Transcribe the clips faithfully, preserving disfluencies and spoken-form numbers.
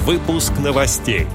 Выпуск новостей.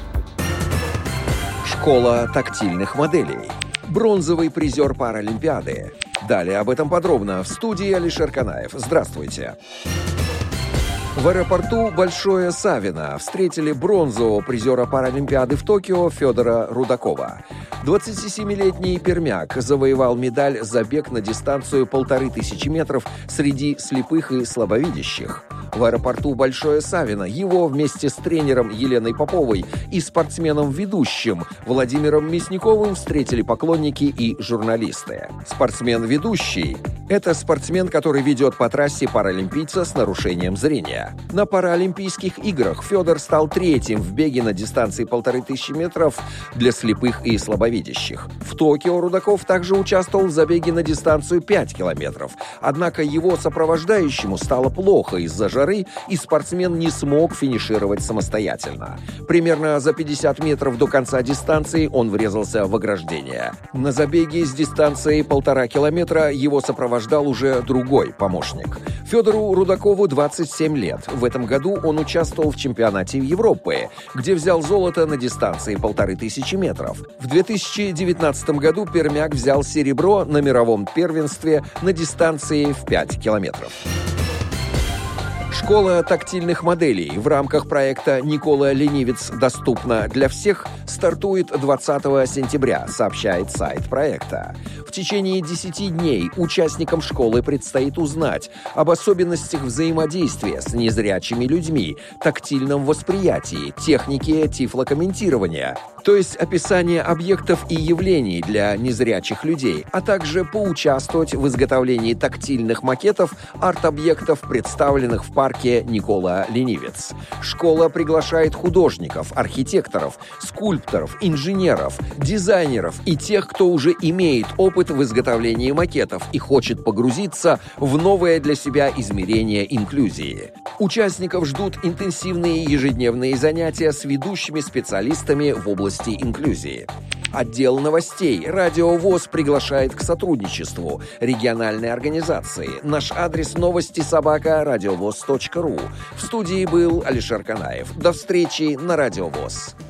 Школа тактильных моделей. Бронзовый призер Паралимпиады. Далее об этом подробно в студии Алишер Канаев. Здравствуйте. В аэропорту Большое Савино встретили бронзового призера Паралимпиады в Токио Федора Рудакова. двадцатисемилетний пермяк завоевал медаль за бег на дистанцию полторы тысячи метров среди слепых и слабовидящих. В аэропорту Большое Савино его вместе с тренером Еленой Поповой и спортсменом-ведущим Владимиром Мясниковым встретили поклонники и журналисты. Спортсмен-ведущий – это спортсмен, который ведет по трассе паралимпийца с нарушением зрения. На Паралимпийских играх Федор стал третьим в беге на дистанции полторы тысячи метров для слепых и слабовидящих. В Токио Рудаков также участвовал в забеге на дистанцию пять километров. Однако его сопровождающему стало плохо из-за жары, и спортсмен не смог финишировать самостоятельно. Примерно за пятьдесят метров до конца дистанции он врезался в ограждение. На забеге с дистанцией полтора километра его сопровождал уже другой помощник. Федору Рудакову двадцать семь лет. В этом году он участвовал в чемпионате Европы, где взял золото на дистанции полторы тысячи метров. В две тысячи девятнадцатом году пермяк взял серебро на мировом первенстве на дистанции в пять километров. Школа тактильных моделей в рамках проекта «Никола Ленивец. Доступно для всех» стартует двадцатого сентября, сообщает сайт проекта. В течение десяти дней участникам школы предстоит узнать об особенностях взаимодействия с незрячими людьми, тактильном восприятии, технике тифлокомментирования, то есть описание объектов и явлений для незрячих людей, а также поучаствовать в изготовлении тактильных макетов арт-объектов, представленных в парке «Никола Ленивец». Школа приглашает художников, архитекторов, скульпторов, инженеров, дизайнеров и тех, кто уже имеет опыт в изготовлении макетов и хочет погрузиться в новое для себя измерение инклюзии. Участников ждут интенсивные ежедневные занятия с ведущими специалистами в области инклюзии. Отдел новостей «Радио ВОС» приглашает к сотрудничеству региональной организации. Наш адрес новости собака радиовос точка ру. В студии был Алишер Канаев. До встречи на Радио ВОС.